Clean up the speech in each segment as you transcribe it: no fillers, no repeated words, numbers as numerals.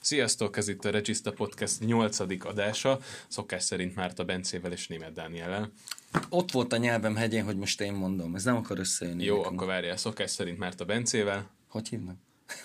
Sziasztok, ez itt a Regiszta Podcast 8. adása, szokás szerint Márta Bencével és Németh Dániellel. Ott volt a nyelvem hegyén, hogy most én mondom, ez nem akar összejönni. Jó, nekünk. akkor várjál, szokás szerint Márta Bencével. Hogy hívnak?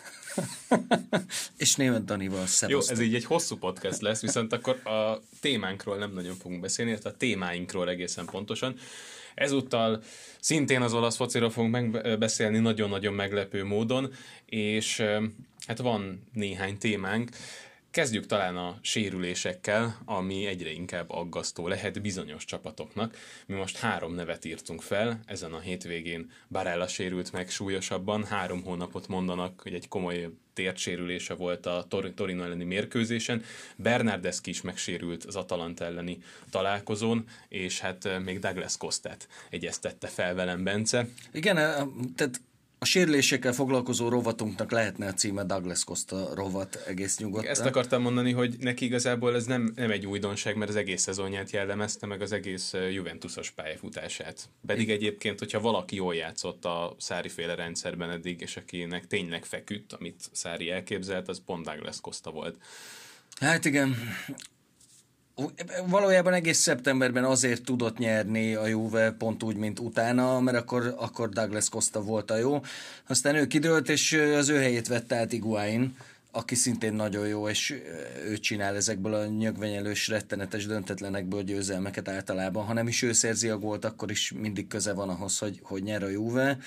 És Németh Danival, szevasztok. Jó, ez így egy hosszú podcast lesz, viszont akkor a témánkról nem nagyon fogunk beszélni, illetve a témáinkról egészen pontosan. Ezúttal szintén az olasz fociról fogunk megbeszélni nagyon-nagyon meglepő módon, és hát van néhány témánk. Kezdjük talán a sérülésekkel, ami egyre inkább aggasztó lehet bizonyos csapatoknak. Mi most 3 nevet írtunk fel, ezen a hétvégén Barella sérült meg súlyosabban, 3 hónapot mondanak, hogy egy komoly térdsérülése volt a Torino elleni mérkőzésen. Bernardeschi is megsérült az Atalanta elleni találkozón, és hát még Douglas Costát egyeztette fel velem Bence. Igen, tehát a sérülésekkel foglalkozó rovatunknak lehetne a címe Douglas Costa rovat egész nyugodtan. Ezt akartam mondani, hogy neki igazából ez nem egy újdonság, mert az egész szezonját jellemezte, meg az egész Juventusos pályafutását. Pedig egyébként, hogyha valaki jól játszott a Sarri-féle rendszerben eddig, és akinek tényleg feküdt, amit Sarri elképzelt, az pont Douglas Costa volt. Hát igen. Valójában egész szeptemberben azért tudott nyerni a Juve pont úgy, mint utána, mert akkor Douglas Costa volt a jó. Aztán ő kidőlt, és az ő helyét vette át Higuaín, aki szintén nagyon jó, és ő csinál ezekből a nyögvenyelős, rettenetes döntetlenekből győzelmeket általában. Ha nem is ő szerzi a gólt, akkor is mindig köze van ahhoz, hogy nyer a Juve.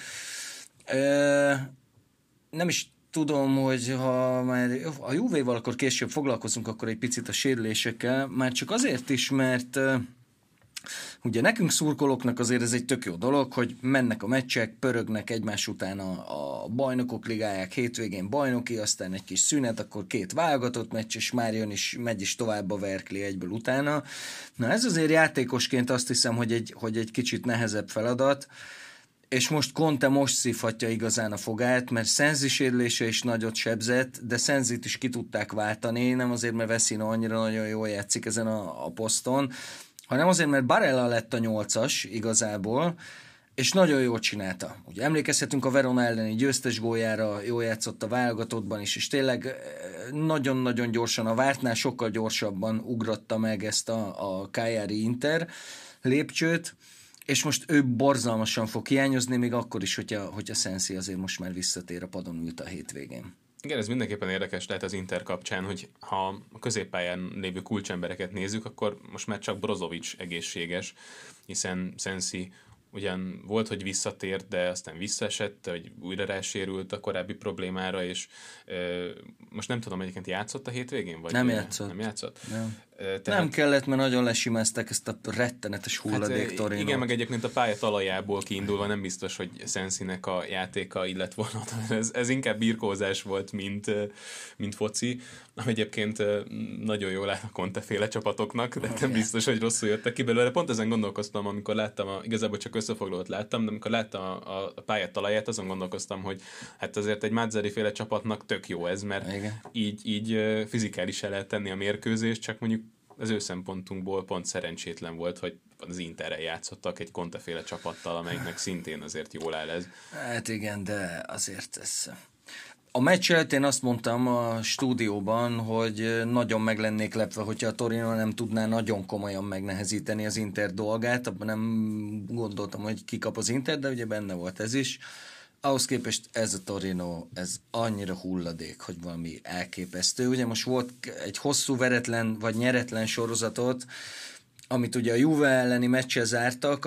Nem is tudom, hogy ha már a Juvéval akkor később foglalkozunk, akkor egy picit a sérülésekkel, már csak azért is, mert ugye nekünk szurkolóknak azért ez egy tök jó dolog, hogy mennek a meccsek, pörögnek egymás után a bajnokok ligáják, hétvégén bajnoki, aztán egy kis szünet, akkor 2 válogatott meccs, és már jön is, megy is tovább a Verkli egyből utána. Na ez azért játékosként azt hiszem, hogy egy kicsit nehezebb feladat, és most Conte szívhatja igazán a fogát, mert Sensi sérülése is nagyot sebzett, de Sensit is ki tudták váltani, nem azért, mert Vecino annyira nagyon jól játszik ezen a poszton, hanem azért, mert Barella lett a 8-as igazából, és nagyon jól csinálta. Ugye emlékezhetünk a Verona elleni győztes góljára, jól játszott a válogatottban is, és tényleg nagyon-nagyon gyorsan, a vártnál sokkal gyorsabban ugratta meg ezt a Cagliari Inter lépcsőt, és most ő borzalmasan fog hiányozni, még akkor is, hogyha Sensi azért most már visszatér, a padon ült a hétvégén. Igen, ez mindenképpen érdekes lehet az Inter kapcsán, hogy ha a középpályán lévő kulcsembereket nézzük, akkor most már csak Brozovic egészséges, hiszen Sensi ugyan volt, hogy visszatért, de aztán visszaesett, hogy újra rásérült a korábbi problémára, és most nem tudom, egyébként játszott a hétvégén? Vagy nem játszott. Nem játszott? Nem. Tehát... nem kellett, mert nagyon lesimázták ezt a rettenetes hulladék Torinót. Igen, meg egyébként a pálya talajából kiindulva nem biztos, hogy Sensinek a játéka illett volna. Ez inkább birkózás volt, mint foci. Egyébként nagyon jól áll a Conte-féle csapatoknak, de nem biztos, hogy rosszul jöttek ki belőle. Pont ezen gondolkoztam, amikor láttam, igazából csak összefoglalót láttam, de amikor láttam a pálya talaját, azon gondolkoztam, hogy hát azért egy Mazzarri-féle csapatnak tök jó ez, mert így fizikálisan lehet tenni a mérkőzést, csak mondjuk az ő szempontunkból pont szerencsétlen volt, hogy az Interrel játszottak egy Conte-féle csapattal, amelyiknek szintén azért jól áll ez. Hát igen, de azért ez... A meccs előtt én azt mondtam a stúdióban, hogy nagyon meg lennék lepve, hogyha a Torino nem tudná nagyon komolyan megnehezíteni az Inter dolgát. Abban nem gondoltam, hogy kikap az Inter, de ugye benne volt ez is. Ahhoz képest ez a Torino, ez annyira hulladék, hogy valami elképesztő. Ugye most volt egy hosszú veretlen vagy nyeretlen sorozatot, amit ugye a Juve elleni meccse zártak,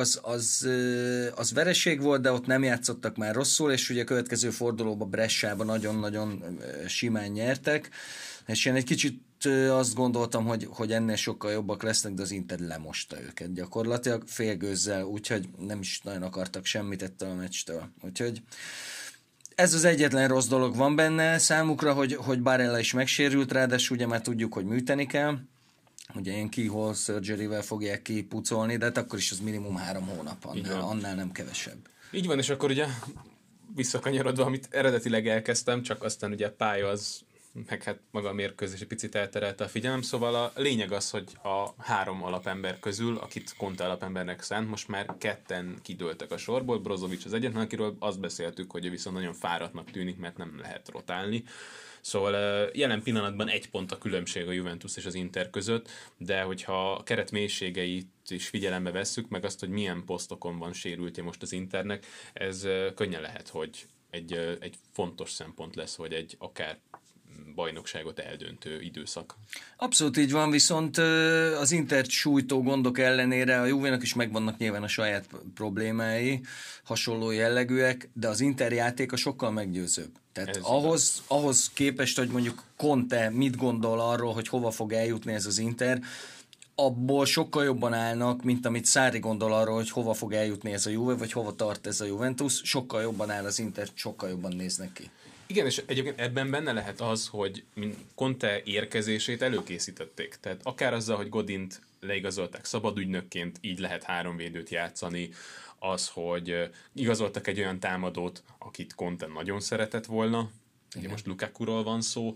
az vereség volt, de ott nem játszottak már rosszul, és ugye a következő fordulóban Bressában nagyon-nagyon simán nyertek, és én egy kicsit azt gondoltam, hogy ennél sokkal jobbak lesznek, de az Inter lemosta őket gyakorlatilag félgőzzel, úgyhogy nem is nagyon akartak semmit ettől a meccstől. Úgyhogy ez az egyetlen rossz dolog van benne számukra, hogy Barella is megsérült, ráadásul ugye már tudjuk, hogy műteni kell, ugye ilyen keyhole surgery-vel fogják kipucolni, de hát akkor is az minimum 3 hónap, annál nem kevesebb. Így van, és akkor ugye visszakanyarodva, amit eredetileg elkezdtem, csak aztán ugye a pálya az, meg hát maga a mérkőzés egy picit elterelte a figyelem, szóval a lényeg az, hogy a 3 alapember közül, akit Conte alapembernek szánt, most már 2 kidőltek a sorból, Brozovic az egyetlen, akiről azt beszéltük, hogy ő viszont nagyon fáradtnak tűnik, mert nem lehet rotálni. Szóval jelen pillanatban 1 pont a különbség a Juventus és az Inter között, de hogyha a keret mélységeit is figyelembe vesszük, meg azt, hogy milyen posztokon van sérültje most az Internek, ez könnyen lehet, hogy egy fontos szempont lesz, vagy egy akár bajnokságot eldöntő időszak. Abszolút így van, viszont az Intert sújtó gondok ellenére a Juvénak is megvannak nyilván a saját problémái, hasonló jellegűek, de az Inter játéka sokkal meggyőzőbb. Tehát ahhoz képest, hogy mondjuk Conte mit gondol arról, hogy hova fog eljutni ez az Inter, abból sokkal jobban állnak, mint amit Sarri gondol arról, hogy hova fog eljutni ez a Juve, vagy hova tart ez a Juventus, sokkal jobban áll az Inter, sokkal jobban néznek ki. Igen, és egyébként ebben benne lehet az, hogy Conte érkezését előkészítették. Tehát akár azzal, hogy Godint leigazolták szabadügynökként, így lehet 3 védőt játszani, az, hogy igazoltak egy olyan támadót, akit Conte nagyon szeretett volna, ugye most Lukakuról van szó,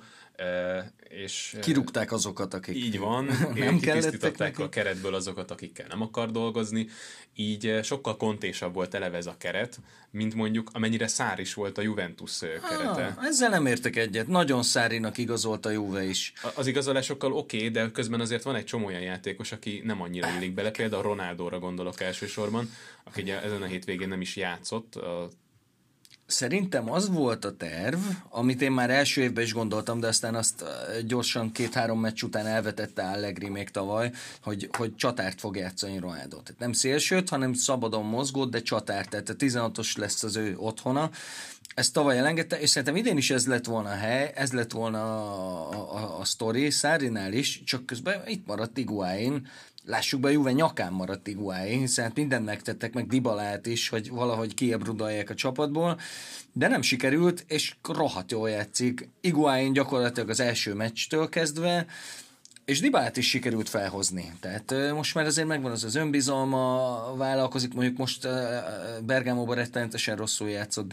és kirúgták azokat, akik így van, nem kipusztították a keretből azokat, akikkel nem akar dolgozni, így sokkal kontésabb volt eleve ez a keret, mint mondjuk amennyire Sarri is volt a Juventus kerete. Ezzel nem értek egyet, nagyon Sarrinak igazolt a Juve is. Az igazolásokkal oké, de közben azért van egy csomó olyan játékos, aki nem annyira illik bele, például Ronaldóra gondolok elsősorban, aki ugye ezen a hétvégén nem is játszott. Szerintem az volt a terv, amit én már első évben is gondoltam, de aztán azt gyorsan 2-3 meccs után elvetette Allegri még tavaly, hogy csatárt fog játszani Ronaldo. Tehát nem szélsőt, hanem szabadon mozgott, de csatárt. Tehát a 16-os lesz az ő otthona. Ezt tavaly elengedte, és szerintem idén is ez lett volna a hely, ez lett volna a sztori, Sarrinál is, csak közben itt maradt Higuaín. Lássuk be, a Juve nyakán maradt Higuaín, hiszen hát mindent megtettek, meg Dybalát is, hogy valahogy kiebrudalják a csapatból, de nem sikerült, és rohadt jól játszik. Higuaín gyakorlatilag az első meccstől kezdve, és Dybalát is sikerült felhozni. Tehát most már azért megvan az önbizalma, vállalkozik, mondjuk most Bergámóban rettenetesen rosszul játszott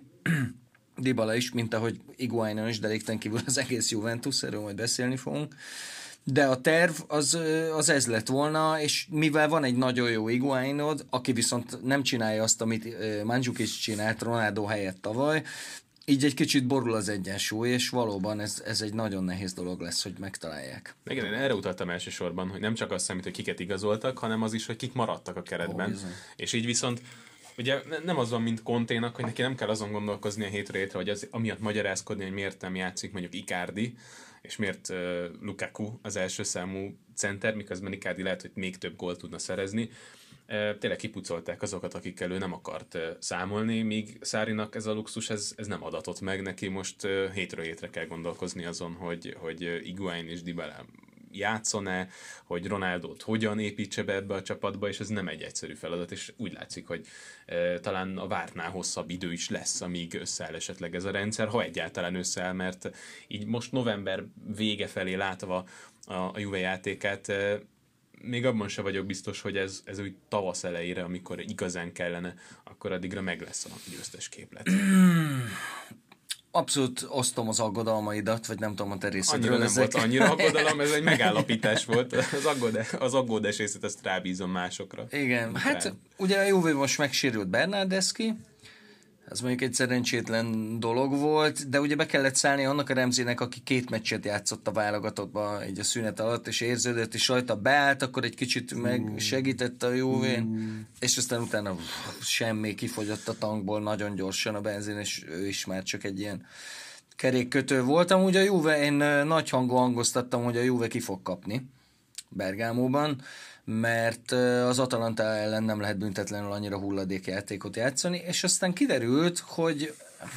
Dybala is, mint ahogy Higuainon is, de légten kívül az egész Juventus, erről majd beszélni fogunk. De a terv az ez lett volna, és mivel van egy nagyon jó Higuainod, aki viszont nem csinálja azt, amit Mandzukic csinált Ronaldo helyett tavaly, így egy kicsit borul az egyensúly, és valóban ez egy nagyon nehéz dolog lesz, hogy megtalálják. Igen, én erre utaltam elsősorban, hogy nem csak azt számít, hogy kiket igazoltak, hanem az is, hogy kik maradtak a keretben. És így viszont ugye nem az van, mint Conténak, hogy neki nem kell azon gondolkozni a hétről hétre, hogy az, amiatt magyarázkodni, hogy miért nem játszik mondjuk Icardi, és miért Lukaku az első számú center, miközben Icardi lehet, hogy még több gólt tudna szerezni. Tényleg kipucolták azokat, akikkel ő nem akart számolni, míg Sarrinak ez a luxus, ez nem adatott meg neki, most hétről hétre kell gondolkozni azon, hogy Higuaín és Dybala játszon-e, hogy Ronaldót hogyan építse be ebbe a csapatba, és ez nem egy egyszerű feladat, és úgy látszik, hogy talán a vártnál hosszabb idő is lesz, amíg összeáll esetleg ez a rendszer, ha egyáltalán összeáll, mert így most november vége felé látva a Juve játékát, még abban sem vagyok biztos, hogy ez úgy tavasz elejére, amikor igazán kellene, akkor addigra meg lesz a győztes képlet. Abszolút osztom az aggodalmaidat, vagy nem tudom, a te részedről. Annyira nem volt annyira aggodalom, ez egy megállapítás volt. Az aggódás részét ezt rábízom másokra. Igen, hát ugye a Juve most megsérült Bernardeschi, ez mondjuk egy szerencsétlen dolog volt, de ugye be kellett szállni annak a Ramseynek, aki 2 meccset játszott a válogatottba így a szünet alatt, és érződött, és rajta beállt, akkor egy kicsit meg segített a Juvén, és aztán utána semmi, kifogyott a tankból nagyon gyorsan a benzin, és ő is már csak egy ilyen kerékkötő volt. Amúgy a Juve, én nagy hangon hangoztattam, hogy a Juve ki fog kapni Bergámóban, mert az Atalanta ellen nem lehet büntetlenül annyira hulladékjátékot játszani, és aztán kiderült, hogy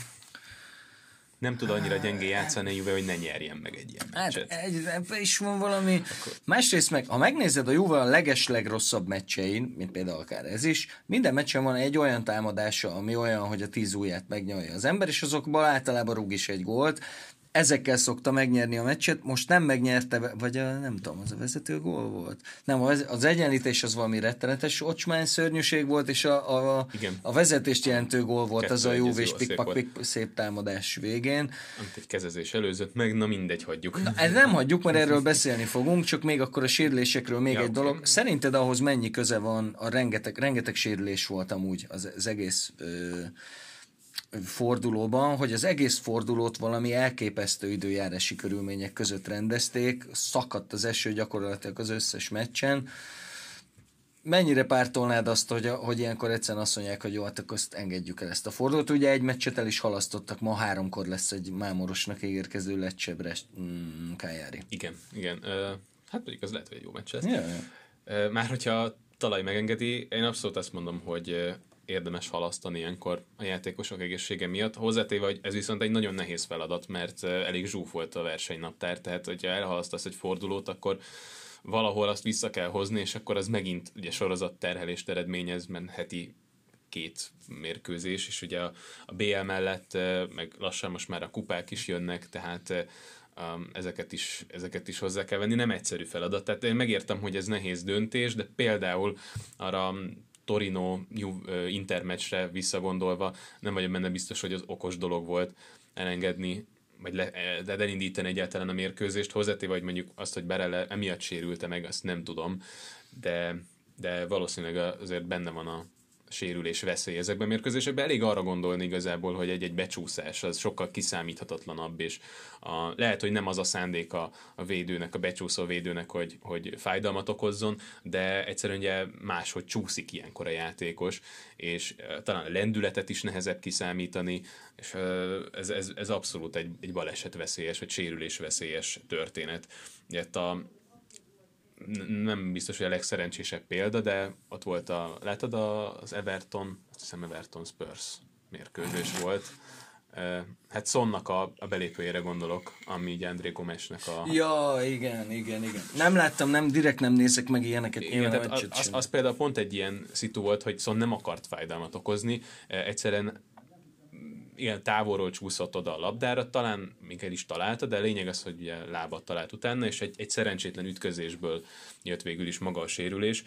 nem tud annyira gyengén játszani a Juve, hogy ne nyerjen meg egy ilyen meccset. Hát is van valami. Akkor... Másrészt meg, ha megnézed a Juve a legrosszabb meccsein, mint például akár ez is, minden meccsen van egy olyan támadása, ami olyan, hogy a 10 ujját megnyalja az ember, és azokból általában rúg is egy gólt. Ezekkel szokta megnyerni a meccset, most nem megnyerte, vagy nem tudom, az a vezető gól volt? Nem, az egyenlítés az valami rettenetes ocsmány szörnyűség volt, és a vezetést jelentő gól volt. 2-1 az a Juve-s pikpak szép támadás végén. Amit egy kezezés előzött meg, na mindegy, hagyjuk. Na, ezt nem hagyjuk, mert erről beszélni fogunk, csak még akkor a sérülésekről még egy dolog. Szerinted ahhoz mennyi köze van, rengeteg sérülés volt amúgy az egész fordulóban, hogy az egész fordulót valami elképesztő időjárási körülmények között rendezték, szakadt az eső gyakorlatilag az összes meccsen. Mennyire pártolnád azt, hogy ilyenkor egyszerűen azt mondják, hogy jó, hát akkor azt engedjük el ezt a fordulót. Ugye egy meccset el is halasztottak, ma 3-kor lesz egy mámorosnak ígérkező Lecce Cagliari. Igen. Hát pedig az lehet, hogy egy jó meccs lesz. Yeah. Már hogyha talaj megengedi, én abszolút azt mondom, hogy érdemes halasztani ilyenkor a játékosok egészsége miatt. Hozzátéve, hogy ez viszont egy nagyon nehéz feladat, mert elég zsúfolt a versenynaptár, tehát hogyha elhalasztasz egy fordulót, akkor valahol azt vissza kell hozni, és akkor az megint ugye sorozatterhelést eredményez, mert heti 2 mérkőzés, és ugye a BL mellett meg lassan most már a kupák is jönnek, tehát ezeket is hozzá kell venni. Nem egyszerű feladat, tehát én megértem, hogy ez nehéz döntés, de például arra Torino Intermeccsre visszagondolva nem vagyok benne biztos, hogy az okos dolog volt elengedni, vagy elindítani egyáltalán a mérkőzést, hozzátéve, vagy mondjuk azt, hogy Barella emiatt sérülte meg, azt nem tudom, de valószínűleg azért benne van a sérülés veszély ezekben a mérkőzésekben. Elég arra gondolni igazából, hogy egy becsúszás az sokkal kiszámíthatatlanabb, és lehet, hogy nem az a szándék a védőnek, a becsúszó védőnek, hogy fájdalmat okozzon, de egyszerűen ugye máshogy csúszik ilyenkor a játékos, és talán a lendületet is nehezebb kiszámítani, és ez abszolút egy balesetveszélyes, vagy sérülésveszélyes történet. Ugye nem biztos, hogy a legszerencsésebb példa, de ott volt látod az Everton, azt hiszem Everton Spurs mérkőzés volt. Hát Sonnak a belépőjére gondolok, ami így André Gomesnek a... Ja, igen. Nem láttam, direkt nem nézek meg ilyeneket. Igen, tehát az például pont egy ilyen szitu volt, hogy Son nem akart fájdalmat okozni, egyszerűen ilyen távolról csúszott oda a labdára, talán még el is találta, de a lényeg az, hogy ugye lábat talált utána, és egy szerencsétlen ütközésből jött végül is maga a sérülés.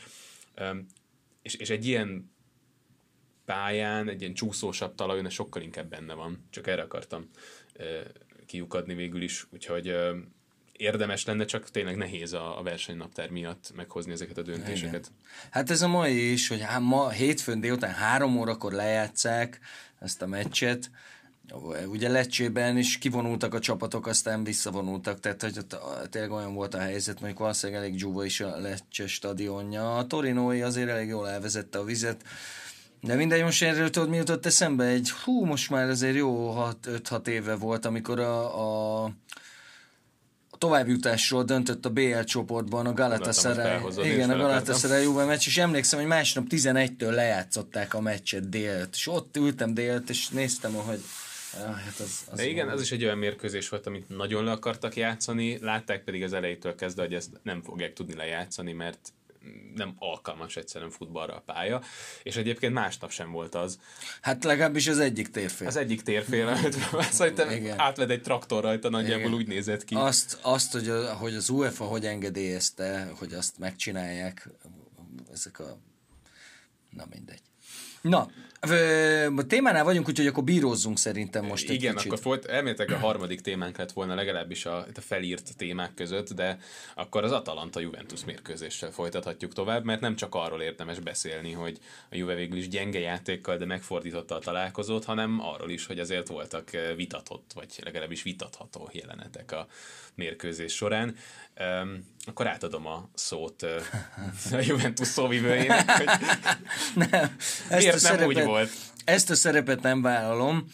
És egy ilyen pályán, egy ilyen csúszósabb talajon sokkal inkább benne van. Csak erre akartam kiukadni végül is, úgyhogy érdemes lenne, csak tényleg nehéz a versenynaptár miatt meghozni ezeket a döntéseket. Igen. Hát ez a mai is, hogy ma hétfőn délután 3 órakor lejátsszák ezt a meccset. Ugye Leccsében is kivonultak a csapatok, aztán visszavonultak, tehát hogy tényleg olyan volt a helyzet, mondjuk valószínűleg elég dzsúva is a Lecce stadionja. A Torinói azért elég jól elvezette a vizet, de mindegy, most erről tudod, mi jutott eszembe? Most már azért jó 5-6 éve volt, amikor a továbbjutásról döntött a BL csoportban a Galatasaray. Igen, a Galatasaray Juve meccs, és emlékszem, hogy másnap 11-től lejátszották a meccset délt, és ott ültem délt, és néztem, hogy hát az de igen, az is egy olyan mérkőzés volt, amit nagyon le akartak játszani, látták pedig az elejétől kezdve, hogy ezt nem fogják tudni lejátszani, mert nem alkalmas egyszerűen futballra a pálya, és egyébként másnap sem volt az. Hát legalábbis az egyik térfél. Az egyik térfél, szerintem átved egy traktor rajta, nagyjából igen. Úgy nézett ki. Azt hogy az UEFA hogy engedélyezte, hogy azt megcsinálják, ezek a... Na mindegy. Na, a témánál vagyunk, úgyhogy akkor bírózzunk szerintem most egy igen, kicsit. akkor elméletileg a harmadik témánk lett volna legalábbis a felírt témák között, de akkor az Atalanta-Juventus mérkőzéssel folytathatjuk tovább, mert nem csak arról érdemes beszélni, hogy a Juve végül is gyenge játékkal, de megfordította a találkozót, hanem arról is, hogy azért voltak vitatott, vagy legalábbis vitatható jelenetek a mérkőzés során. Akkor átadom a szót a Juventus szóvivőjének, hogy nem, miért nem úgy volt? Ezt a szerepet nem vállalom.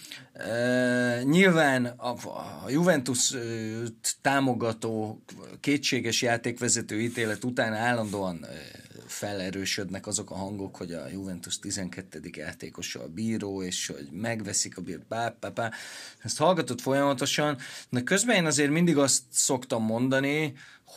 Nyilván a Juventus támogató kétséges játékvezető ítélet után állandóan felerősödnek azok a hangok, hogy a Juventus 12. játékosa a bíró, és hogy megveszik a bírót, Ezt hallgatott folyamatosan, de közben én azért mindig azt szoktam mondani,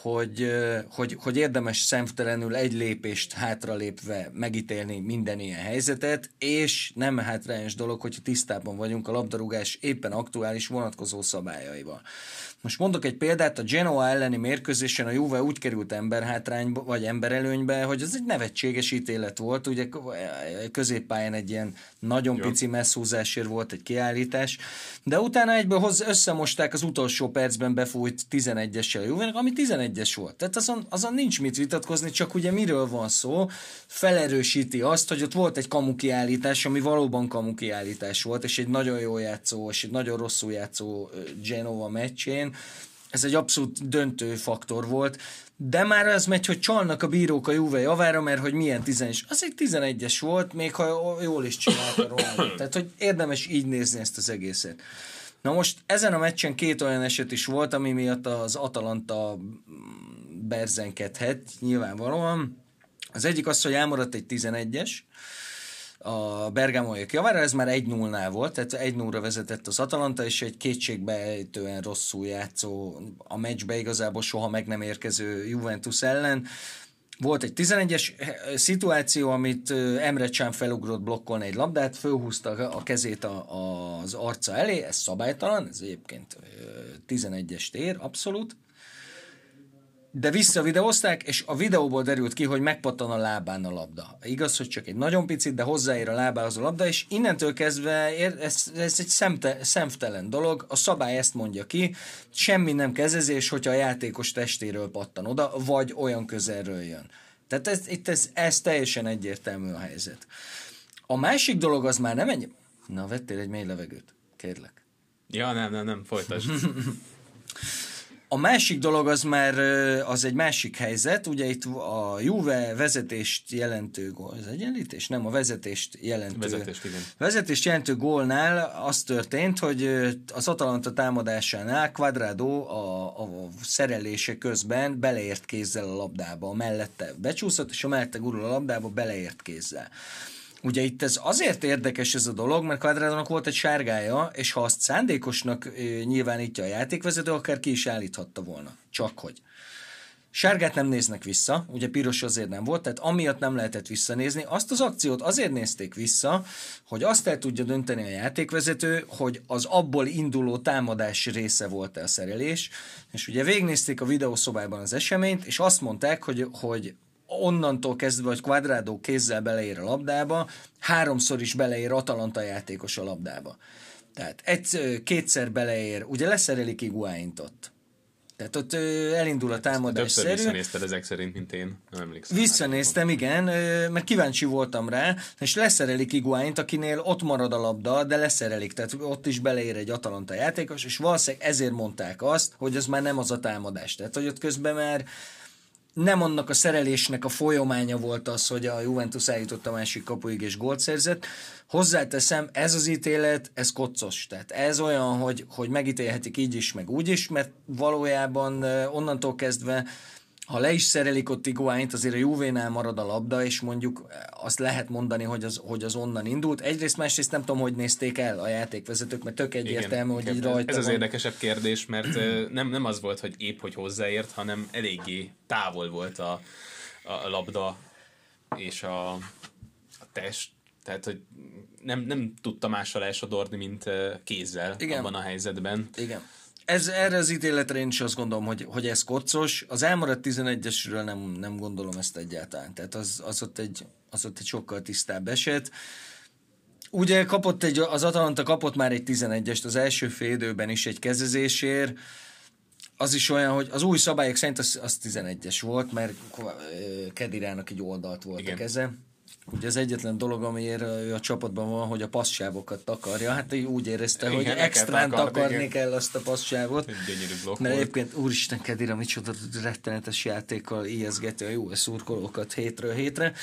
hogy érdemes szemtelenül egy lépést hátralépve megítélni minden ilyen helyzetet, és nem hátrányos dolog, hogyha tisztában vagyunk a labdarúgás éppen aktuális vonatkozó szabályaival. Most mondok egy példát, a Genoa elleni mérkőzésen a Juve úgy került emberhátrányba, vagy emberelőnybe, hogy ez egy nevetséges ítélet volt, ugye középpályán egy ilyen nagyon pici messzhúzásért volt egy kiállítás, de utána egyből összemosták az utolsó percben befújt 11-essel a Juve-nek, ami 11-es volt. Tehát azon nincs mit vitatkozni, csak ugye miről van szó, felerősíti azt, hogy ott volt egy kamukiállítás, ami valóban kamukiállítás volt, és egy nagyon jól játszó, és egy nagyon rosszul játszó Genova meccsén. Ez egy abszolút döntő faktor volt, de már az megy, hogy csalnak a bírók a Juve javára, mert hogy milyen 11-es. Az egy 11-es volt, még ha jól is csinálta Ronaldo. Tehát, hogy érdemes így nézni ezt az egészet. Na most ezen a meccsen 2 olyan eset is volt, ami miatt az Atalanta berzenkedhet, nyilvánvalóan. Az egyik az, hogy elmaradt egy 11-es, a bergámoiak javára, ez már 1-0-nál volt, tehát 1-0-ra vezetett az Atalanta, és egy kétségbejtően rosszul játszó, a meccsbe igazából soha meg nem érkező Juventus ellen. Volt egy 11-es szituáció, amit Emre Can felugrott blokkolni egy labdát, fölhúzta a kezét az arca elé, ez szabálytalan, ez egyébként 11-es tér, abszolút. De visszavideózták, és a videóból derült ki, hogy megpattan a lábán a labda. Igaz, hogy csak egy nagyon picit, de hozzáér a lábához a labda, és innentől kezdve ez egy szemtelen dolog, a szabály ezt mondja ki, semmi nem kezezés, hogyha a játékos testéről pattan oda, vagy olyan közelről jön. Tehát ez teljesen egyértelmű a helyzet. A másik dolog az már nem ennyi... Na, vettél egy mély levegőt, kérlek. Ja, nem, folytasd. A másik dolog az már az egy másik helyzet, ugye itt a Juve vezetést jelentő gól, az egyenlítés? Nem, a vezetést jelentő gólnál az történt, hogy az Atalanta támadásánál Cuadrado a szerelése közben beleért kézzel a labdába, mellette becsúszott, és a mellette gurul a labdába beleért kézzel. Ugye itt ez azért érdekes ez a dolog, mert Cuadradónak volt egy sárgája, és ha azt szándékosnak nyilvánítja a játékvezető, akár ki is állíthatta volna. Csak hogy. Sárgát nem néznek vissza, ugye piros azért nem volt, tehát amiatt nem lehetett visszanézni. Azt az akciót azért nézték vissza, hogy azt el tudja dönteni a játékvezető, hogy az abból induló támadás része volt-e a szerelés, és ugye végignézték a videószobában az eseményt, és azt mondták, hogy onnantól kezdve, hogy Cuadrado kézzel beleér a labdába, 3-szor is beleér Atalanta játékos a labdába. Tehát kétszer beleér, ugye leszerelik Higuaint ott. Tehát ott elindul a támadás szerű. Többször visszanézted ezek szerint, mint én. Nem emlékszem. Visszanéztem, igen, mert kíváncsi voltam rá, és leszerelik Higuaint, akinél ott marad a labda, de leszerelik, tehát ott is beleér egy Atalanta játékos, és valószínűleg ezért mondták azt, hogy az már nem az a támadás. Tehát, hogy ott közben már nem annak a szerelésnek a folyamánya volt az, hogy a Juventus eljutott a másik kapuig és gólt szerzett. Hozzáteszem, ez az ítélet, ez koccos. Tehát ez olyan, hogy megítélhetik így is, meg úgy is, mert valójában onnantól kezdve, ha le is szerelik ott Higuaint, azért a Juvénál marad a labda, és mondjuk azt lehet mondani, hogy az onnan indult. Egyrészt, másrészt nem tudom, hogy nézték el a játékvezetők, mert tök egyértelmű, hogy így rajta ez az érdekesebb kérdés, mert nem az volt, hogy épp hogy hozzáért, hanem eléggé távol volt a labda és a test. Tehát, hogy nem tudta mással elsodorni, mint kézzel. Igen. Abban a helyzetben. Igen. Erre az ítéletre én is azt gondolom, hogy ez koccos. Az elmaradt 11-esről nem gondolom ezt egyáltalán. Tehát az ott egy sokkal tisztább eset. Ugye az Atalanta kapott már egy 11-est az első fél időben is egy kezezésért. Az is olyan, hogy az új szabályok szerint az 11-es volt, mert Khedirának egy oldalt volt. Igen. A keze. Ugye az egyetlen dolog, amiért ő a csapatban van, hogy a passzsávokat takarja. Hát úgy érezte, igen, hogy extrán takarni kell azt a passzsávot. Mert egyébként úristen, Khedira micsoda rettenetes játékkal ijeszgeti a jó szurkolókat hétről hétre.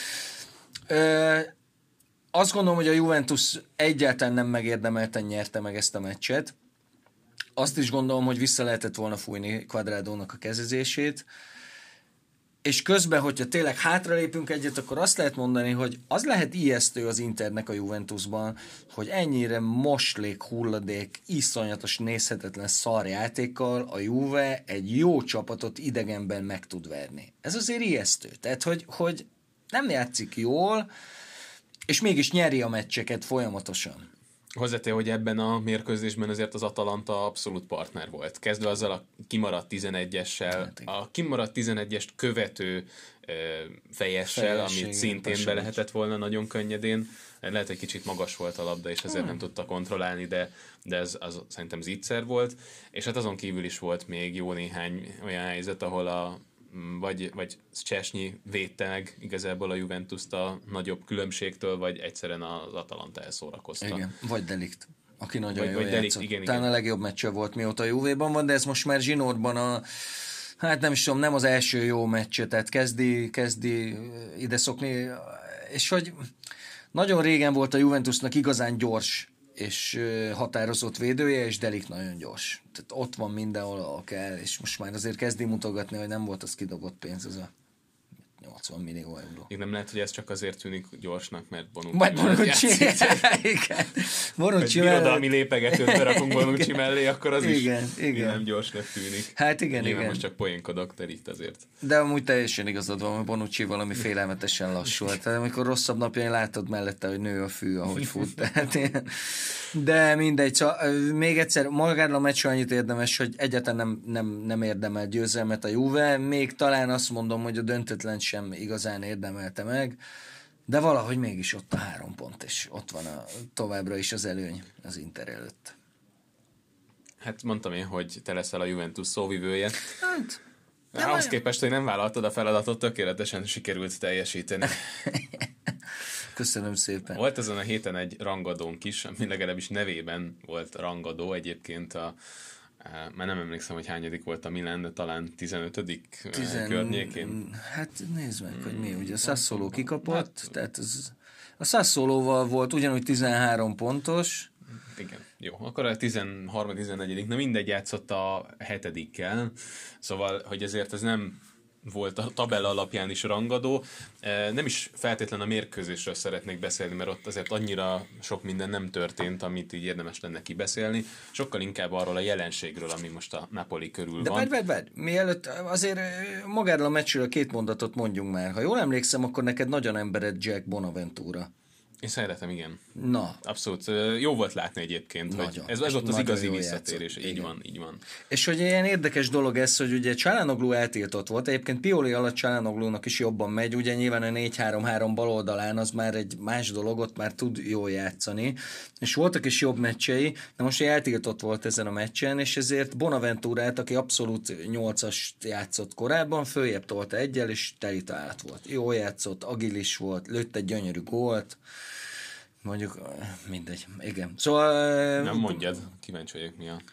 Azt gondolom, hogy a Juventus egyáltalán nem megérdemelten nyerte meg ezt a meccset. Azt is gondolom, hogy vissza lehetett volna fújni Cuadradónak a kezezését. És közben, hogyha tényleg hátralépünk egyet, akkor azt lehet mondani, hogy az lehet ijesztő az Internek a Juventusban, hogy ennyire moslék, hulladék, iszonyatos, nézhetetlen szarjátékkal a Juve egy jó csapatot idegenben meg tud verni. Ez azért ijesztő. Tehát, hogy nem játszik jól, és mégis nyeri a meccseket folyamatosan. Hozzátéve, hogy ebben a mérkőzésben azért az Atalanta abszolút partner volt. Kezdve azzal a kimaradt 11-essel, a kimaradt 11-est követő fejessel, amit szintén be lehetett volna nagyon könnyedén. Lehet, hogy kicsit magas volt a labda, és ezért nem tudta kontrollálni, de ez szerintem zicser volt. És hát azon kívül is volt még jó néhány olyan helyzet, ahol vagy Szczesny védte meg igazából a Juventust a nagyobb különbségtől, vagy egyszerűen az Atalanta elszórakozta. Igen, vagy De Ligt, aki nagyon jól játszott. játszott. Igen. Talán a legjobb meccse volt, mióta a Juvéban van, de ez most már zsinórban hát nem is tudom, nem az első jó meccse, tehát kezdi ide szokni, és hogy nagyon régen volt a Juventusnak igazán gyors és határozott védője, és De Ligt nagyon gyors. Tehát ott van mindenhol, ahol kell, és most már azért kezdi mutogatni, hogy nem volt az kidobott pénz, az a 80 millió euró. Még nem lehet, hogy ez csak azért tűnik gyorsnak, mert Bonucci. Igen. Bonucci birodalmi lépegetőt berakunk Bonucci mellé, akkor az igen. nem gyorsnak tűnik. Hát igen, Nyilván most csak poénkodok, De Ligt azért. De amúgy teljesen igazad van, hogy Bonucci valami félelmetesen lassú. Tehát amikor rosszabb napjain látod mellette, hogy nő a fű, ahogy fut. Tehát de mindegy, szóval még egyszer, magáról a meccs annyit érdemes, hogy egyáltalán nem érdemel győzelmet a Juve, még talán azt mondom, hogy a döntetlen sem igazán érdemelte meg, de valahogy mégis ott a 3 pont, és ott van továbbra is az előny az Inter előtt. Hát mondtam én, hogy te leszel a Juventus szóvivője. Hát, ahhoz képest, hogy nem vállaltad a feladatot, tökéletesen sikerült teljesíteni. Köszönöm szépen. Volt ezen a héten egy rangadónk is, ami legalábbis nevében volt rangadó, egyébként már nem emlékszem, hogy hányadik volt a Milan, de talán 15. környékén. Hát nézd meg, hogy mi, ugye a Sassuolo kikapott, tehát a Sassuolóval volt ugyanúgy 13 pontos. Igen, jó, akkor a 13.-14. Na mindegy, játszott a 7-kel, szóval, hogy ezért ez nem volt a tabella alapján is rangadó. Nem is feltétlen a mérkőzésről szeretnék beszélni, mert ott azért annyira sok minden nem történt, amit így érdemes lenne kibeszélni. Sokkal inkább arról a jelenségről, ami most a Napoli körül van. De várj, mielőtt azért magáról a meccsről 2 mondatot mondjunk már. Ha jól emlékszem, akkor neked nagyon embered Jack Bonaventura. Én szeretem, igen. Na. Abszolút. Jó volt látni egyébként, nagyon, hogy ez volt az igazi visszatérés. Így van. És hogy ilyen érdekes dolog ez, hogy ugye Çalhanoğlu eltiltott volt. Egyébként Pioli alatt Çalhanoğlunak is jobban megy. Ugye nyilván a 4-3-3 baloldalán az már egy más dolog, ott már tud jól játszani. És voltak is jobb meccsei, de most eltiltott volt ezen a meccsen, és ezért Bonaventurát, aki abszolút 8-as játszott korábban, följebb tolta egyel, és teli találat volt. Jól játszott, agilis volt, lőtt egy gyönyörű gólt. Mondjuk, mindegy, igen. Szóval... Nem mondjad, kíváncsi vagyok mi a...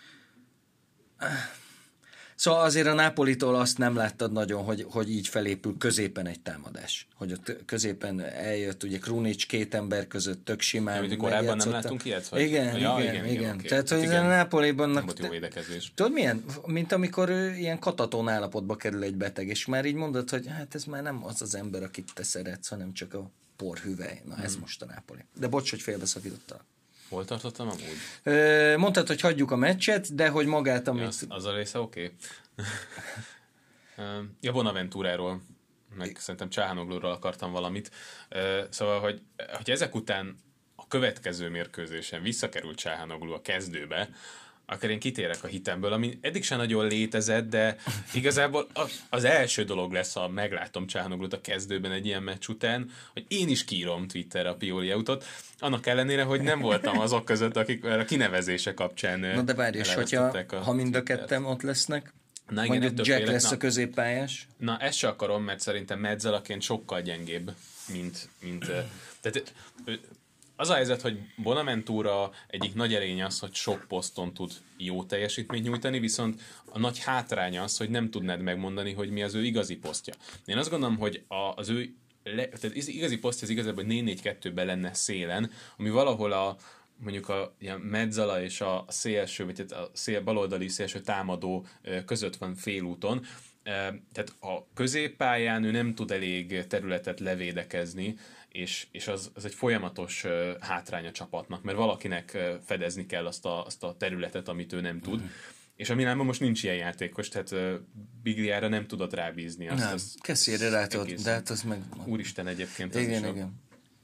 Szóval azért a Nápolitól azt nem láttad nagyon, hogy így felépül középen egy támadás. Hogy ott középen eljött, ugye Krunic 2 ember között tök simán. Amit korábban nem láttunk ilyet? Vagy? Igen. Okay. Tehát, hogy a Nápoliban... Nem volt jó védekezés. Tudod milyen? Mint amikor ilyen kataton állapotba kerül egy beteg, és már így mondod, hogy hát ez már nem az az ember, akit te szeretsz, hanem csak a porhüvely. Na ez most a Nápoli. De bocs, hogy félbeszakítottam. Hol tartottam amúgy? Mondtad, hogy hagyjuk a meccset, de hogy magát, amit... Az a része oké. Ja, Bonaventuráról, meg szerintem Çalhanoğluról akartam valamit. Szóval, hogy ezek után a következő mérkőzésen visszakerült Çalhanoğlu a kezdőbe, akkor én kitérek a hitemből, ami eddig sem nagyon létezett, de igazából az első dolog lesz, ha meglátom Çalhanoğlut a kezdőben egy ilyen meccs után, hogy én is kiírom Twitterre a Pioli autót, annak ellenére, hogy nem voltam azok között, akik a kinevezése kapcsán. Na de várj, és ha mind a ketten ott lesznek? Na igen, mondjuk Jack lesz a középpályás? Na ezt se akarom, mert szerintem Mezzalaként sokkal gyengébb, mint tehát az a helyzet, hogy Bonaventura egyik nagy erény az, hogy sok poszton tud jó teljesítményt nyújtani, viszont a nagy hátránya az, hogy nem tudnád megmondani, hogy mi az ő igazi posztja. Én azt gondolom, hogy az ő tehát igazi posztja az igazából 4-4-2-ben lenne szélen, ami valahol mondjuk a Mezzala és a szélső, vagy a baloldali szélső támadó között van félúton. Tehát a középpályán ő nem tud elég területet levédekezni, és az egy folyamatos hátrány a csapatnak, mert valakinek fedezni kell azt a területet, amit ő nem tud. És a Milánban most nincs ilyen játékos, tehát Bigliára nem tudod rábízni. Nem, Kessiére rá tudod, de hát az meg... Úristen egyébként. Igen.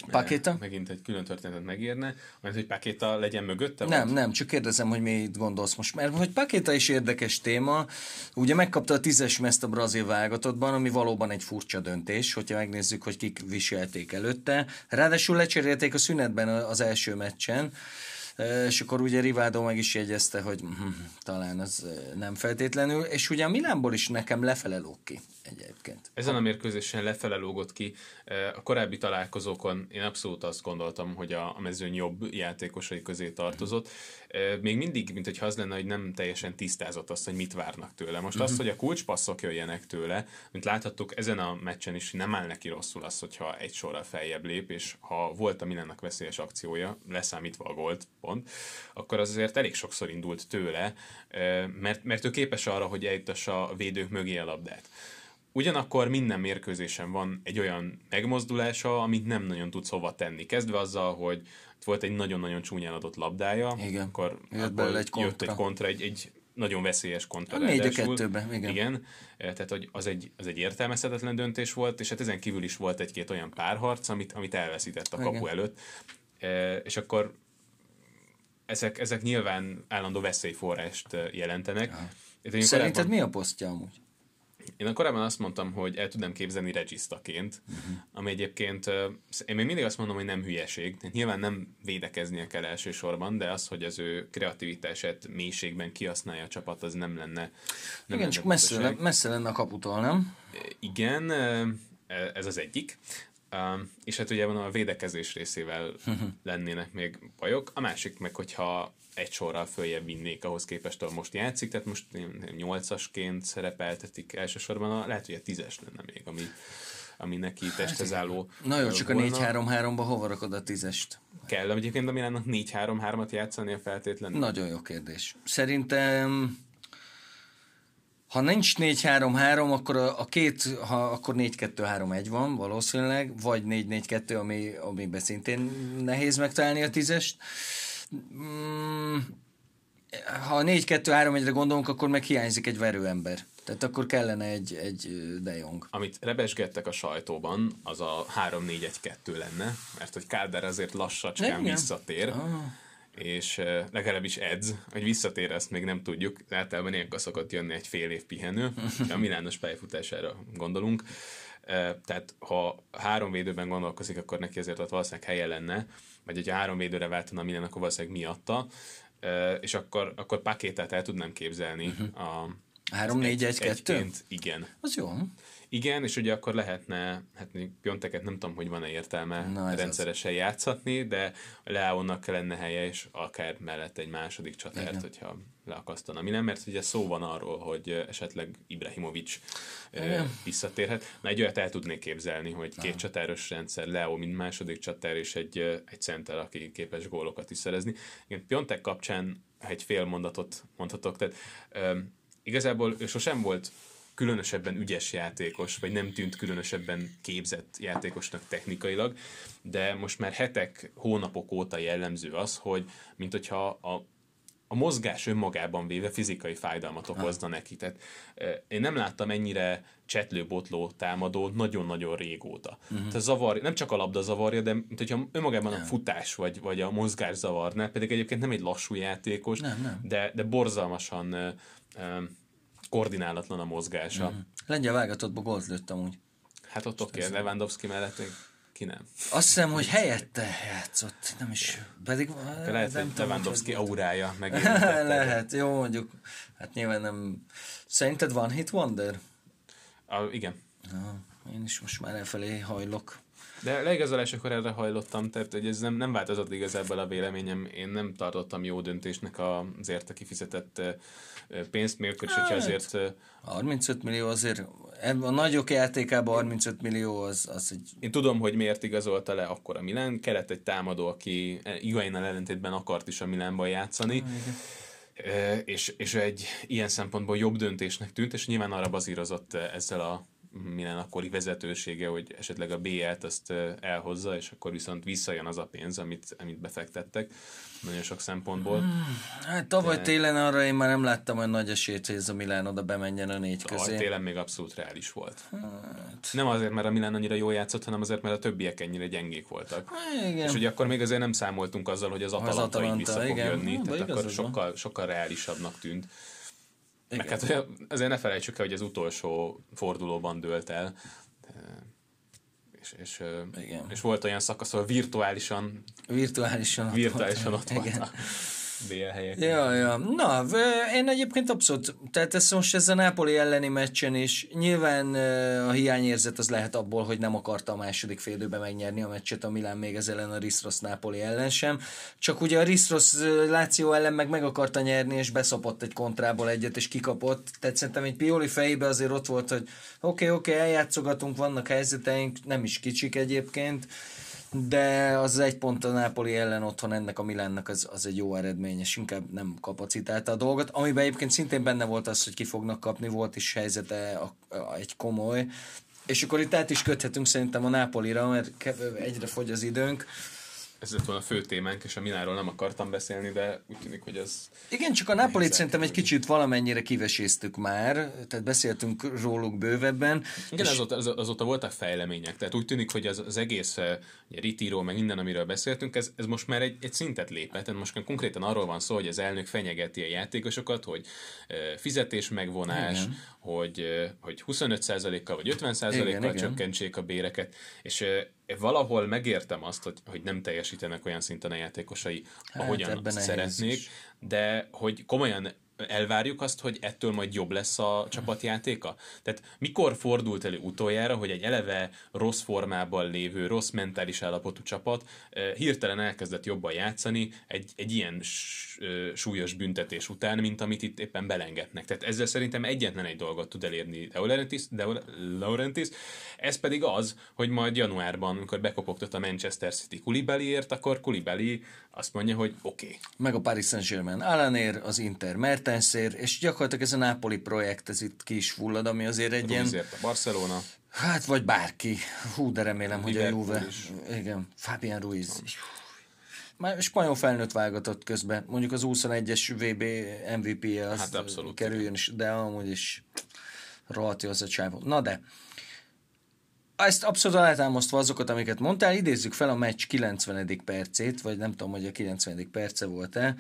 Paqueta? Megint egy külön történetet megérne, mert hogy Paqueta legyen mögötte? Nem, csak kérdezem, hogy mit gondolsz most. Mert hogy Paqueta is érdekes téma, ugye megkapta a 10-es mezt a brazil válogatottban, ami valóban egy furcsa döntés, hogyha megnézzük, hogy kik viselték előtte. Ráadásul lecserélték a szünetben az első meccsen, és akkor ugye Rivaldo meg is jegyezte, hogy talán az nem feltétlenül, és ugye a Milánból is nekem lefele lóg ki egyébként. Ezen a mérkőzésen lefele lógott ki. A korábbi találkozókon én abszolút azt gondoltam, hogy a mezőny jobb játékosai közé tartozott. Még mindig, mint hogyha az lenne, hogy nem teljesen tisztázott azt, hogy mit várnak tőle. Most az, hogy a kulcspasszok jöjjenek tőle, mint láthattuk ezen a meccsen is, nem áll neki rosszul az, hogyha egy sorral feljebb lép, és ha volt a Milánnak veszélyes akciója, leszámítva a gólt, pont, akkor az azért elég sokszor indult tőle, mert ő képes arra, hogy eljutassa a védők mögé a labdát. Ugyanakkor minden mérkőzésen van egy olyan megmozdulása, amit nem nagyon tudsz hova tenni. Kezdve azzal, hogy volt egy nagyon-nagyon csúnyán adott labdája, igen. akkor jött egy kontra, egy nagyon veszélyes kontra. 4-2-ben, igen. Igen. Tehát hogy az egy értelmezhetetlen döntés volt, és hát ezen kívül is volt egy-két olyan párharc, amit elveszített a kapu igen. előtt. És akkor ezek nyilván állandó veszélyforrást jelentenek. Szerinted mi a posztja amúgy? Én korábban azt mondtam, hogy el tudnám képzelni regisztaként, ami egyébként, én még mindig azt mondom, hogy nem hülyeség. Nyilván nem védekeznie kell elsősorban, de az, hogy az ő kreativitását mélységben kihasználja a csapat, az nem lenne. Nem igen, csak messze lenne a kaputól, nem? Igen, ez az egyik. És hát ugye van a védekezés részével lennének még bajok. A másik meg, hogyha egy sorral följebb vinnék ahhoz képest, ahol most játszik, tehát most 8-asként szerepeltetik elsősorban, lehet, hogy a 10-es lenne még, ami neki testhez álló. Na jó, csak volna. A 4-3-3-ba hova rakod a 10-est? Kell, egyébként a Milánnak 4-3-3-at játszani a feltétlenül? Nagyon jó kérdés. Szerintem ha nincs 4-3-3, akkor akkor 4-2-3-1 van valószínűleg, vagy 4-4-2, amiben szintén nehéz megtalálni a 10-est. Ha 4-2-3-1-re gondolunk, akkor meg hiányzik egy verőember. Tehát akkor kellene egy De Jong. Amit rebesgettek a sajtóban, az a 3-4-1-2 lenne, mert hogy Kádár azért lassacskán visszatér, és legalábbis edz, hogy visszatér, ezt még nem tudjuk, de általában ilyenkor szokott jönni egy fél év pihenő, a Milános pályafutására gondolunk. Tehát ha 3 védőben gondolkozik, akkor neki azért ott valószínűleg helye lenne, vagy hogyha 3 védőre váltana a Milán, akkor valószínűleg miatta, és akkor Paquetát el tudnám képzelni. 3-4-1-2? Igen. Az jó. Igen, és ugye akkor lehetne, hát Pionteket nem tudom, hogy van-e értelme rendszeresen játszatni, de Leónak lenne helye, és akár mellett egy második csatárt, igen. hogyha leakasztana. Mi nem, mert ugye szó van arról, hogy esetleg Ibrahimovic visszatérhet. Na, egy olyat el tudnék képzelni, hogy 2 csatáros rendszer, Leó mint második csatár, és egy center, aki képes gólokat is szerezni. Igen, Piontek kapcsán egy fél mondatot mondhatok, tehát igazából ő sosem volt különösebben ügyes játékos, vagy nem tűnt különösebben képzett játékosnak technikailag, de most már hetek, hónapok óta jellemző az, hogy mint hogyha a mozgás önmagában véve fizikai fájdalmat okozna neki. Tehát én nem láttam ennyire csetlő-botló támadó nagyon-nagyon régóta. Tehát nem csak a labda zavarja, de mint hogyha önmagában a futás vagy a mozgás zavarná, pedig egyébként nem egy lassú játékos, de borzalmasan koordinálatlan a mozgása. Lengyel válogatottba gólt lőtt amúgy. Hát ott oké, Lewandowski mellett ki nem. Azt hiszem, hogy helyette játszott. Nem is. Pedig lehet, hogy Lewandowski aurája meg. Lehet, jó mondjuk. Hát nyilván nem. Szerinted van hit wonder? Igen. Én is most már elfelé hajlok. De leigazolásakor erre hajlottam, tehát hogy ez nem változott igazából a véleményem. Én nem tartottam jó döntésnek az érte kifizetett pénzt, még akkor is, hogyha azért... 35 millió azért, a nagyok játékában 35 millió az egy... Én tudom, hogy miért igazolta le akkor a Milán. Kellett egy támadó, aki Higuainnal ellentétben akart is a Milánban játszani. És egy ilyen szempontból jobb döntésnek tűnt, és nyilván arra bazírozott ezzel a Milán akkori vezetősége, hogy esetleg a BL-t azt elhozza, és akkor viszont visszajön az a pénz, amit befektettek nagyon sok szempontból. Hát tavaly télen arra én már nem láttam olyan nagy esélyt, hogy ez a Milán oda bemenjen a 4 közé. Tavaly télen még abszolút reális volt. Nem azért, mert a Milán annyira jól játszott, hanem azért, mert a többiek ennyire gyengék voltak. Igen. És ugye akkor még azért nem számoltunk azzal, hogy az Atalanta így vissza fog jönni, tehát akkor sokkal reálisabbnak tűnt. Meg hát azért ne felejtsük el, hogy az utolsó fordulóban dőlt el. És volt olyan szakasz, ahol virtuálisan ott volt a BL helyek. Ja. Na, én egyébként abszolút, tehát ez most ez a Napoli elleni meccsen is, nyilván a hiányérzet az lehet abból, hogy nem akarta a második félidőben megnyerni a meccset a Milán még ez ellen a Riszrosz Napoli ellen sem, csak ugye a Riszrosz Láció ellen meg akarta nyerni, és beszopott egy kontrából egyet, és kikapott, tehát szerintem egy Pioli fejébe azért ott volt, hogy oké, eljátszogatunk, vannak helyzeteink, nem is kicsik egyébként, de az egy pont a Napoli ellen otthon ennek a Milánnak az egy jó eredmény, és inkább nem kapacitálta a dolgot, amiben egyébként szintén benne volt az, hogy ki fognak kapni, volt is helyzete egy komoly, és akkor itt át is köthetünk szerintem a Napolira, mert egyre fogy az időnk. Ez lett volna a fő témánk, és a Milánról nem akartam beszélni, de úgy tűnik, hogy ez... Igen, csak a Napolit szerintem egy kicsit valamennyire kiveséztük már, tehát beszéltünk róluk bővebben. Igen, azóta voltak fejlemények, tehát úgy tűnik, hogy az egész Ritiro, meg minden, amiről beszéltünk, ez most már egy szintet lépett, tehát most konkrétan arról van szó, hogy az elnök fenyegeti a játékosokat, hogy fizetés megvonás, hogy 25%-kal vagy 50%-kal csökkentsék a béreket, és valahol megértem azt, hogy nem teljesítenek olyan szinten a játékosai, ahogyan szeretnék, de hogy komolyan elvárjuk azt, hogy ettől majd jobb lesz a csapatjátéka? Tehát mikor fordult elő utoljára, hogy egy eleve rossz formában lévő, rossz mentális állapotú csapat hirtelen elkezdett jobban játszani egy ilyen súlyos büntetés után, mint amit itt éppen belengetnek. Tehát ezzel szerintem egyetlen egy dolgot tud elérni De Laurentiis, ez pedig az, hogy majd januárban, amikor bekopogtat a Manchester City Koulibalyért, akkor Koulibaly azt mondja, hogy oké. Meg a Paris Saint-Germain Alanér, az Inter Mertensért, és gyakorlatilag ez a Napoli projekt, ez itt ki is fullad, ami azért egy ilyen... Ruizért a Barcelona. Hát, vagy bárki. Hú, de remélem, hogy a Juve... Igen, Fabián Ruiz. Már spanyol felnőtt válogatott közben. Mondjuk az 21-es VB MVP-je az hát abszolút, kerüljön is, de amúgy is rohadt jó az a csávó. Na de, ezt abszolút alátámasztva azokat, amiket mondtál, idézzük fel a meccs 90. percét, vagy nem tudom, hogy a 90. perce volt-e.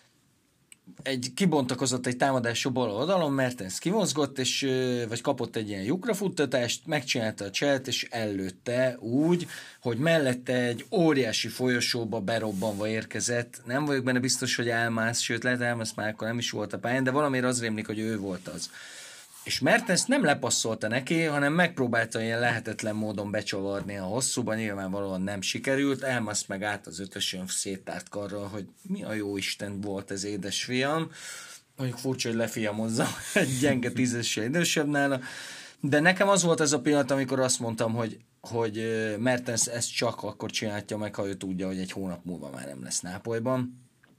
Kibontakozott egy támadás bal oldalon, Mertens kimozgott, vagy kapott egy ilyen lyukrafuttatást, megcsinálta a cselt, és ellőtte úgy, hogy mellette egy óriási folyosóba berobbanva érkezett. Nem vagyok benne biztos, hogy Elmász, sőt lehet Elmász már akkor nem is volt a pályán, de valamiért az rémlik, hogy ő volt az. És Mertens nem lepasszolta neki, hanem megpróbálta ilyen lehetetlen módon becsavarni a hosszúba, nyilvánvalóan nem sikerült, Elmász meg át az ötösön széttárt karral, hogy mi a jó Isten volt ez édesfiam, mondjuk furcsa, hogy lefiamozza egy gyenge 10-essel idősebb nála, de nekem az volt ez a pillanat, amikor azt mondtam, hogy Mertens ezt csak akkor csinálja meg, ha ő tudja, hogy egy hónap múlva már nem lesz Nápolyban.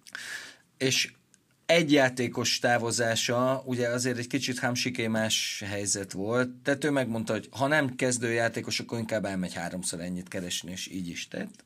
És egy játékos távozása, ugye azért egy kicsit hamsikémás helyzet volt, tehát ő megmondta, hogy ha nem kezdő játékos, akkor inkább elmegy 3-szor ennyit keresni, és így is tett.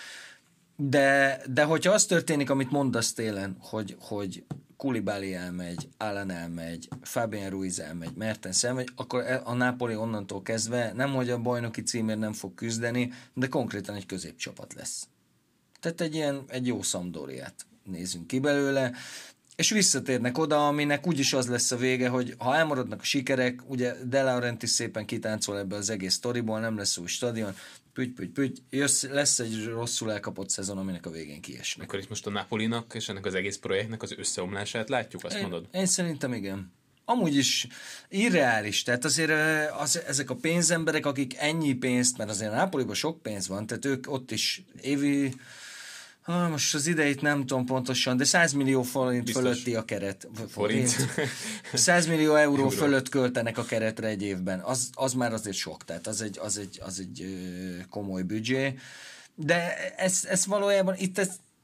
De hogyha az történik, amit mondasz télen, hogy Koulibaly elmegy, Alan elmegy, Fabián Ruiz elmegy, Mertens elmegy, akkor a Napoli onnantól kezdve nem, hogy a bajnoki címért nem fog küzdeni, de konkrétan egy középcsapat lesz. Tehát egy jó Sampdoriát nézzünk ki belőle, és visszatérnek oda, aminek úgyis az lesz a vége, hogy ha elmaradnak a sikerek, ugye De Laurentiis szépen kitáncol ebből az egész sztoriból, nem lesz új stadion, püty, lesz egy rosszul elkapott szezon, aminek a végén kiesnek. Akkor itt most a Napolinak és ennek az egész projektnek az összeomlását látjuk, azt mondod? Én szerintem igen. Amúgy is irreális, tehát azért ezek a pénzemberek, akik ennyi pénzt, mert azért a Napoliban sok pénz van, tehát ők ott is évi... most az idejét nem tudom pontosan, de 100 millió forint fölötti a keret. Forint? 100 millió euró fölött költenek a keretre egy évben. Az már azért sok, tehát az egy komoly büdzsé. De ez valójában itt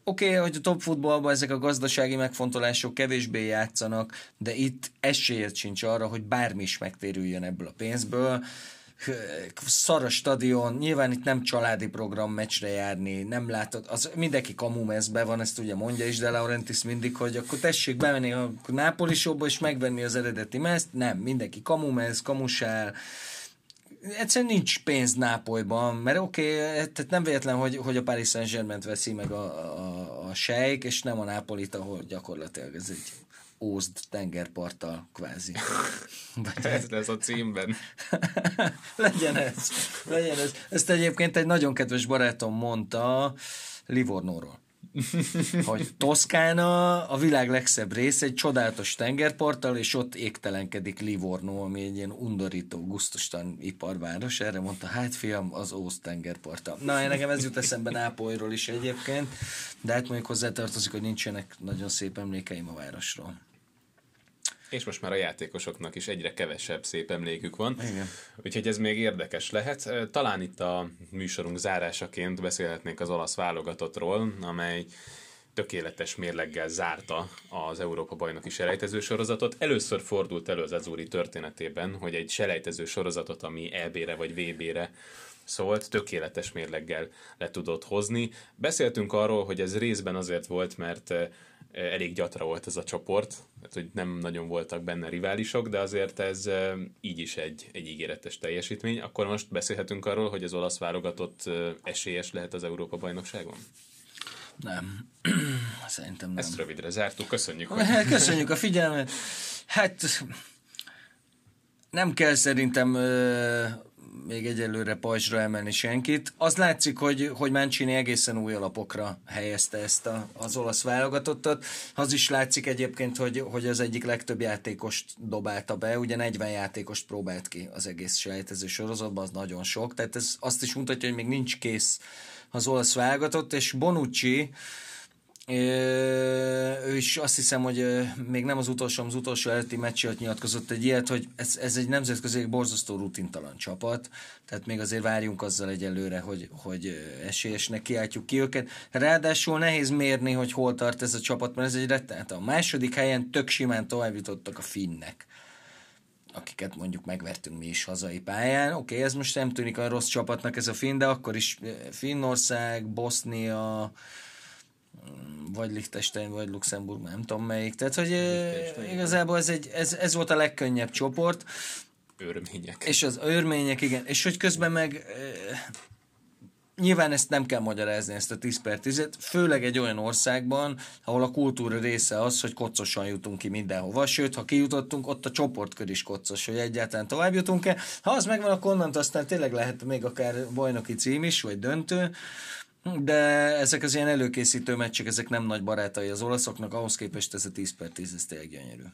Oké, hogy a top futballban ezek a gazdasági megfontolások kevésbé játszanak, de itt esélyed sincs arra, hogy bármi is megtérüljön ebből a pénzből. Szar a stadion, nyilván itt nem családi program meccsre járni, nem látod, mindenki kamumezbe van, ezt ugye mondja is De Laurentiis mindig, hogy akkor tessék bemenni a Nápoli showba és megvenni az eredeti mezt, nem, mindenki kamumez, kamusál, egyszerűen nincs pénz Nápolyban, mert tehát nem véletlen, hogy a Paris Saint-Germaint veszi meg a sejk, és nem a Nápolit, ahol gyakorlatilag ez egy ózd tengerparttal kvázi. Ez lesz a címben. legyen ez. Ezt egyébként egy nagyon kedves barátom mondta Livornóról. Hogy Toszkána a világ legszebb része, egy csodálatos tengerparttal, és ott égtelenkedik Livorno, ami egy ilyen undorító, gusztustalan iparváros. Erre mondta, hát fiam, az ózd tengerparttal. Na, nekem ez jut eszembe Nápolyról is egyébként, de hát mondjuk hozzátartozik, hogy nincsenek nagyon szép emlékeim a városról. És most már a játékosoknak is egyre kevesebb szép emlékük van. Igen. Úgyhogy ez még érdekes lehet. Talán itt a műsorunk zárásaként beszélhetnénk az olasz válogatottról, amely tökéletes mérleggel zárta az Európa-bajnoki selejtező sorozatot. Először fordult elő az Azzurri történetében, hogy egy selejtező sorozatot, ami EB-re vagy VB-re szólt, tökéletes mérleggel le tudott hozni. Beszéltünk arról, hogy ez részben azért volt, mert elég gyatra volt ez a csoport, tehát hogy nem nagyon voltak benne riválisok, de azért ez így is egy ígéretes teljesítmény. Akkor most beszélhetünk arról, hogy az olasz válogatott esélyes lehet az Európa-bajnokságon? Nem. Szerintem nem. Ezt rövidre zártuk, köszönjük. Köszönjük a figyelmet. Hát nem kell szerintem még egyelőre pajzsra emelni senkit. Az látszik, hogy Mancini egészen új alapokra helyezte ezt az olasz válogatottat. Az is látszik egyébként, hogy az egyik legtöbb játékost dobálta be. Ugye 40 játékost próbált ki az egész selejtező sorozatban, az nagyon sok. Tehát ez azt is mutatja, hogy még nincs kész az olasz válogatott, és Bonucci, ő is azt hiszem, hogy még nem az utolsó előtti meccs előtt nyilatkozott egy ilyet, hogy ez egy nemzetközi borzasztó rutintalan csapat, tehát még azért várjunk azzal egyelőre, hogy esélyesnek kiáltjuk ki őket. Ráadásul nehéz mérni, hogy hol tart ez a csapat, mert ez egy rettenet. A második helyen tök simán tovább jutottak a finnek, akiket mondjuk megvertünk mi is hazai pályán. Oké, ez most nem tűnik a rossz csapatnak ez a finn, de akkor is Finnország, Bosznia, vagy Liechtenstein, vagy Luxemburg, nem tudom melyik. Tehát, hogy igazából ez volt a legkönnyebb csoport. Örmények. És az örmények, igen. És hogy közben meg nyilván ezt nem kell magyarázni, ezt a 10/10-et, főleg egy olyan országban, ahol a kultúra része az, hogy koccosan jutunk ki mindenhova. Sőt, ha kijutottunk, ott a csoportkör is koccos, hogy egyáltalán tovább jutunk-e. Ha az megvan, akkor onnantól aztán tényleg lehet még akár bajnoki cím is, vagy döntő. De ezek az ilyen előkészítő meccsek, ezek nem nagy barátai az olaszoknak, ahhoz képest ez a 10/10, ez tényleg gyönyörű.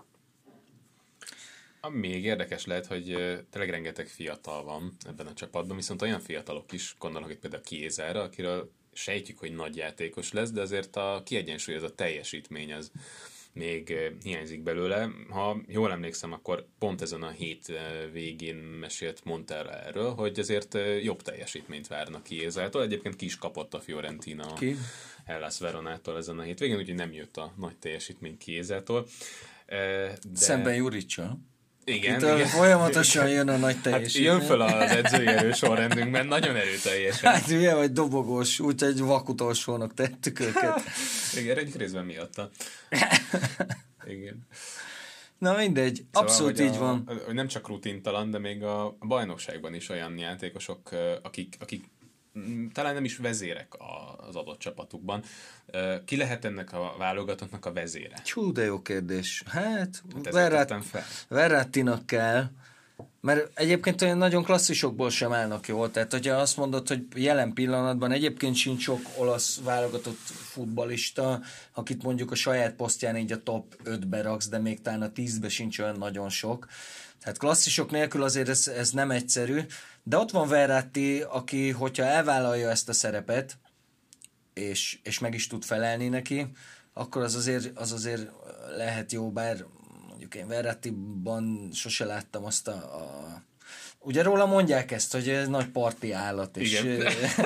Ami még érdekes lehet, hogy tényleg rengeteg fiatal van ebben a csapatban, viszont olyan fiatalok is, gondolok itt például Chiesára, akiről sejtjük, hogy nagy játékos lesz, de azért a kiegyensúlyozott teljesítmény az még hiányzik belőle. Ha jól emlékszem, akkor pont ezen a hét végén mesélt Montella erről, hogy azért jobb teljesítményt várnak Chiesától. Egyébként ki is kapott a Fiorentina Hellas Veronától ezen a hétvégén, úgyhogy nem jött a nagy teljesítmény Chiesától. Szemben Juricsal. Igen. Folyamatosan jön a nagy teljesítmény. Hát jön föl az edzői erősorrendünkben, nagyon erőteljesen. Hát ugye, vagy dobogós, úgyhogy vakutolsónak tettük őket. Igen, egy részben miatta. Igen. Na mindegy, szóval, abszolút így van. Nem csak rutintalan, de még a bajnokságban is olyan játékosok, akik talán nem is vezérek az adott csapatukban. Ki lehet ennek a válogatottnak a vezére? Hú, de jó kérdés. Hát Verrattinak kell, mert egyébként olyan nagyon klasszisokból sem állnak jól. Tehát, hogyha azt mondod, hogy jelen pillanatban egyébként sincs sok olasz válogatott futballista, akit mondjuk a saját posztján így a top 5-be raksz, de még talán a 10-be sincs olyan nagyon sok. Tehát klasszisok nélkül azért ez nem egyszerű, de ott van Verratti, aki, hogyha elvállalja ezt a szerepet, és meg is tud felelni neki, akkor az azért lehet jó, bár mondjuk én Verrattiban sose láttam azt Ugye róla mondják ezt, hogy ez nagy parti állat. És igen.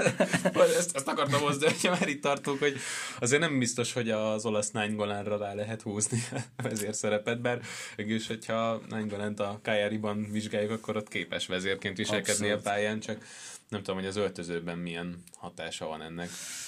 ezt akartam hozni, hogy már itt tartunk, hogy azért nem biztos, hogy az olasz Nainggolanra rá lehet húzni a vezérszerepet, bár mégis, hogyha Nainggolant a Cagliariban vizsgáljuk, akkor ott képes vezérként viselkedni a pályán, csak nem tudom, hogy az öltözőben milyen hatása van ennek.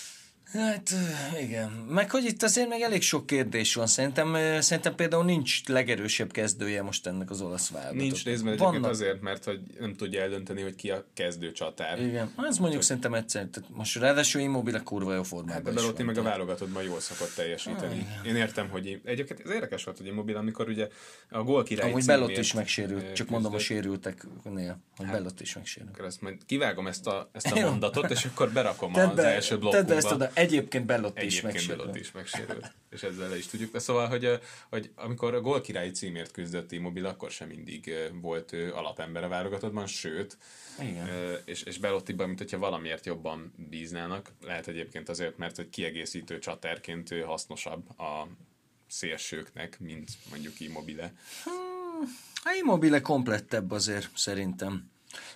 Hát igen. Meg hogy itt azért még elég sok kérdés van. Szerintem például nincs legerősebb kezdője most ennek az olasz válogatott. Nincs részben egyébként azért, mert hogy nem tudja eldönteni, hogy ki a kezdő csatár. Igen, ez mondjuk szerintem egyszer. Most ráadásul Immobile kurva jó formában hát, Belotti meg a válogatottban jól szokott teljesíteni. Én értem, hogy egyébként ez érdekes volt, hogy Immobile, amikor ugye a gólkirály amúgy Belotti is megsérült, csak mondom a sérülteknél, hogy Belotti is megsérült. Akkor ezt majd kivágom ezt a mondatot, és akkor berakom az első blokkunkba. Egyébként Belotti is megsérült. És ezzel le is tudjuk. Szóval, hogy amikor a gólkirályi címért küzdött Immobile, akkor sem mindig volt ő alapember a válogatottban, sőt, és Belottiban, mint hogyha valamiért jobban bíznának. Lehet egyébként azért, mert hogy kiegészítő csatárként ő hasznosabb a szélsőknek, mint mondjuk Immobile. Immobile komplettebb azért, szerintem.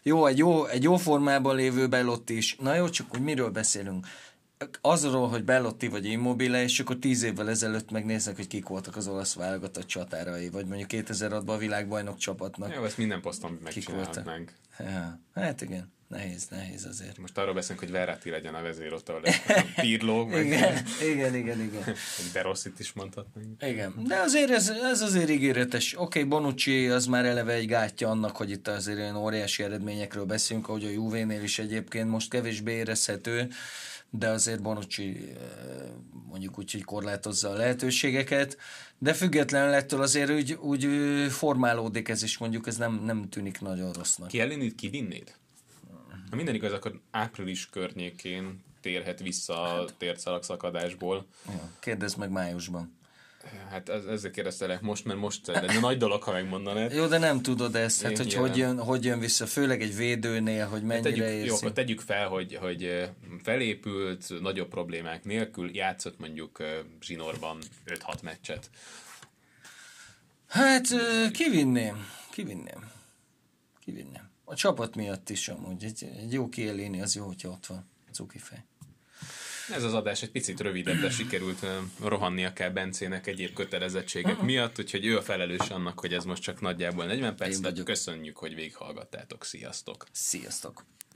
Egy jó formában lévő Belotti is. Na jó, csak hogy miről beszélünk? Azról, hogy Belotti vagy Immobile, és akkor 10 évvel ezelőtt megnéznek, hogy kik voltak az olasz válogatott csatárai, vagy mondjuk 2006-ban a világbajnok csapatnak. Jó, ezt minden poszton megcsinálhatnánk. Ja, hát igen, nehéz azért. Most arról beszélünk, hogy Verratti legyen a vezér, ott ahol Pirlo, meg igen. De Rossit is mondhatnánk. Igen, de azért ez azért ígéretes. Oké, Bonucci az már eleve egy gátja annak, hogy itt azért olyan óriási eredményekről beszélünk, ahogy a Juvénél is egyébként most kevésbé érezhető, de azért Bonucci mondjuk úgy, hogy korlátozza a lehetőségeket, de függetlenül ettől azért úgy formálódik ez is, mondjuk ez nem tűnik nagyon rossznak. Kivinnéd? Ha minden igaz, akkor április környékén térhet vissza a térszalagszakadásból. Ja, kérdezd meg májusban. Hát ezzel kérdeztelek most, mert most lenne nagy dolog, ha megmondanád. Jó, de nem tudod ezt, hát hogy jön vissza, főleg egy védőnél, hogy mennyire érzi. Jó, akkor tegyük fel, hogy felépült, nagyobb problémák nélkül játszott mondjuk zsinórban 5-6 meccset. Hát kivinném. A csapat miatt is amúgy. Egy jó kielini, az jó, hogyha ott van. Cuki fej. Ez az adás egy picit rövidebb, de sikerült rohannia kell Bencének egyéb kötelezettségek miatt, úgyhogy ő a felelős annak, hogy ez most csak nagyjából 40 perc. Köszönjük, hogy végighallgattátok. Sziasztok! Sziasztok!